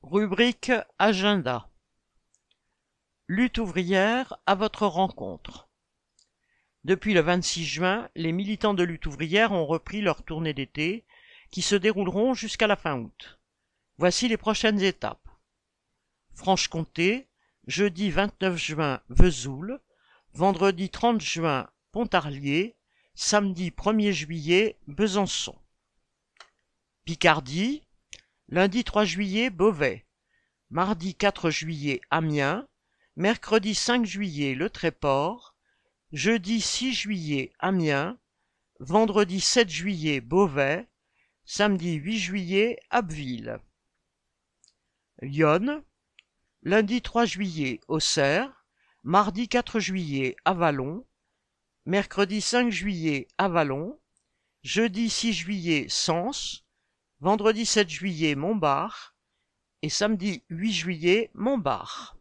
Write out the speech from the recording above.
Rubrique Agenda. Lutte ouvrière à votre rencontre. Depuis le 26 juin, les militants de lutte ouvrière ont repris leur tournée d'été qui se dérouleront jusqu'à la fin août. Voici les prochaines étapes. Franche-Comté, jeudi 29 juin Vesoul, vendredi 30 juin Pontarlier, samedi 1er juillet Besançon. Picardie, lundi 3 juillet Beauvais, mardi 4 juillet Amiens, mercredi 5 juillet Le Tréport, jeudi 6 juillet Amiens, vendredi 7 juillet Beauvais, samedi 8 juillet Abbeville. Yonne, lundi 3 juillet Auxerre, mardi 4 juillet Avallon, mercredi 5 juillet Avallon, jeudi 6 juillet Sens, vendredi 7 juillet Montbard et samedi 8 juillet Montbard.